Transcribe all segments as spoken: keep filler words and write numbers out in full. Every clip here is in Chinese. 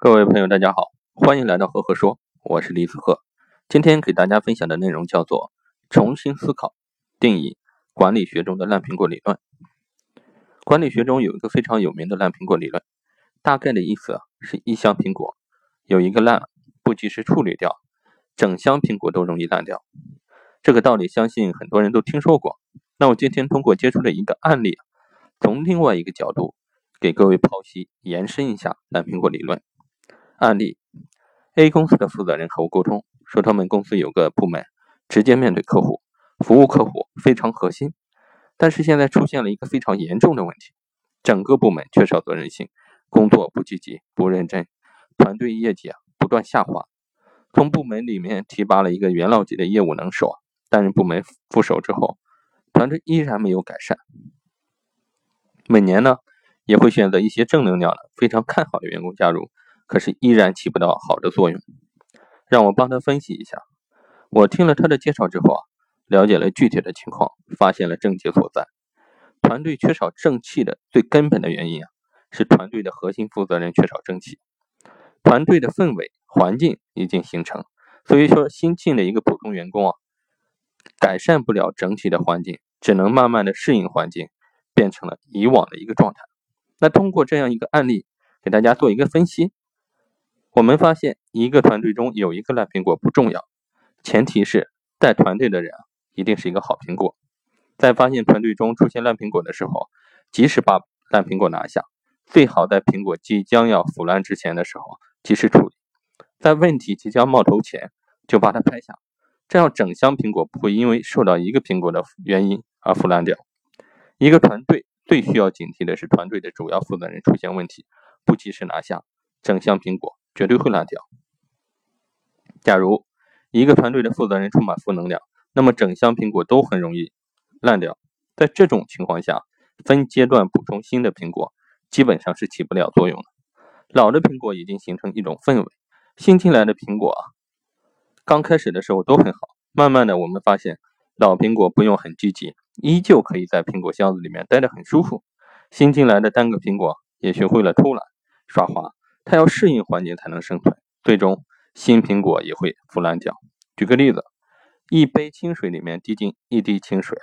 各位朋友大家好，欢迎来到赫赫说，我是李子赫。今天给大家分享的内容叫做重新思考定义管理学中的烂苹果理论。管理学中有一个非常有名的烂苹果理论，大概的意思啊是一箱苹果有一个烂了，不及时处理掉，整箱苹果都容易烂掉。这个道理相信很多人都听说过。那我今天通过接触的一个案例，从另外一个角度给各位剖析延伸一下烂苹果理论。案例 A 公司的负责人和我沟通说，他们公司有个部门直接面对客户，服务客户非常核心，但是现在出现了一个非常严重的问题，整个部门缺少责任心，工作不积极不认真，团队业绩啊不断下滑。从部门里面提拔了一个元老级的业务能手，担任部门副手之后，团队依然没有改善。每年呢也会选择一些正能量的非常看好的员工加入，可是依然起不到好的作用。让我帮他分析一下。我听了他的介绍之后啊，了解了具体的情况，发现了症结所在。团队缺少正气的最根本的原因啊，是团队的核心负责人缺少正气。团队的氛围环境已经形成，所以说新进的一个普通员工啊，改善不了整体的环境，只能慢慢的适应环境，变成了以往的一个状态。那通过这样一个案例给大家做一个分析，我们发现一个团队中有一个烂苹果不重要，前提是带团队的人啊一定是一个好苹果。在发现团队中出现烂苹果的时候，及时把烂苹果拿下，最好在苹果即将要腐烂之前的时候及时处理，在问题即将冒头前就把它拍下，这样整箱苹果不会因为受到一个苹果的原因而腐烂掉。一个团队最需要警惕的是团队的主要负责人出现问题，不及时拿下，整箱苹果绝对会烂掉。假如一个团队的负责人充满负能量，那么整箱苹果都很容易烂掉。在这种情况下，分阶段补充新的苹果基本上是起不了作用的。老的苹果已经形成一种氛围，新进来的苹果啊，刚开始的时候都很好，慢慢的我们发现老苹果不用很积极，依旧可以在苹果箱子里面待得很舒服。新进来的单个苹果也学会了偷懒耍滑，它要适应环境才能生存，最终新苹果也会腐烂掉。举个例子，一杯清水里面滴进一滴清水，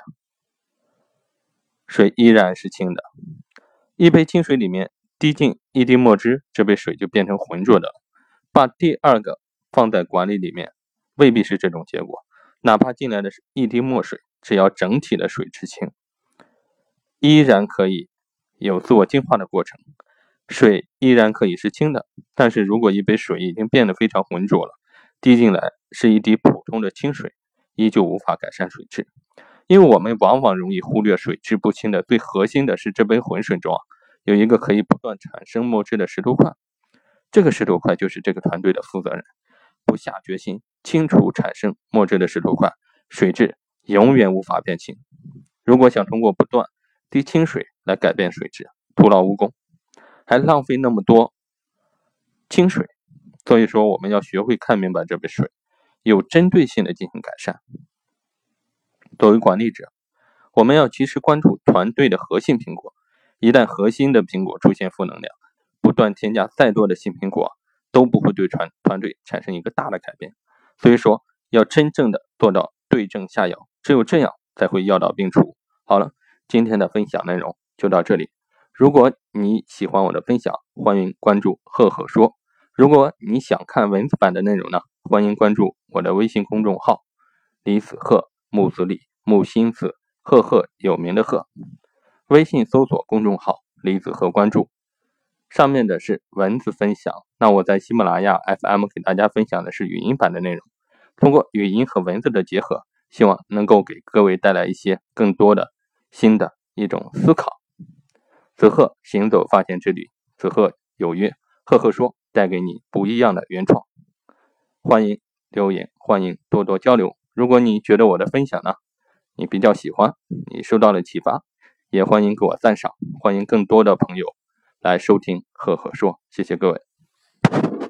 水依然是清的。一杯清水里面滴进一滴墨汁，这杯水就变成浑浊的了。把第二个放在管理里面，未必是这种结果。哪怕进来的是一滴墨水，只要整体的水质清，依然可以有自我净化的过程，水依然可以是清的。但是如果一杯水已经变得非常浑浊了，滴进来是一滴普通的清水，依旧无法改善水质。因为我们往往容易忽略水质不清的最核心的是这杯浑水中啊，有一个可以不断产生墨汁的石头块。这个石头块就是这个团队的负责人，不下决心清除产生墨汁的石头块，水质永远无法变清。如果想通过不断滴清水来改变水质，徒劳无功，还浪费那么多清水。所以说我们要学会看明白这杯水，有针对性的进行改善。作为管理者，我们要及时关注团队的核心苹果，一旦核心的苹果出现负能量，不断添加再多的新苹果都不会对团团队产生一个大的改变。所以说要真正的做到对症下药，只有这样才会药到病除。好了，今天的分享内容就到这里。如果你喜欢我的分享，欢迎关注赫赫说。如果你想看文字版的内容呢，欢迎关注我的微信公众号李子赫，木子李，木心子，赫赫有名的赫。微信搜索公众号李子赫，关注。上面的是文字分享，那我在喜马拉雅 F M 给大家分享的是语音版的内容。通过语音和文字的结合，希望能够给各位带来一些更多的新的一种思考。子赫行走发现之旅，子赫有约，赫赫说带给你不一样的原创。欢迎留言，欢迎多多交流。如果你觉得我的分享呢，你比较喜欢，你受到了启发，也欢迎给我赞赏。欢迎更多的朋友来收听赫赫说，谢谢各位。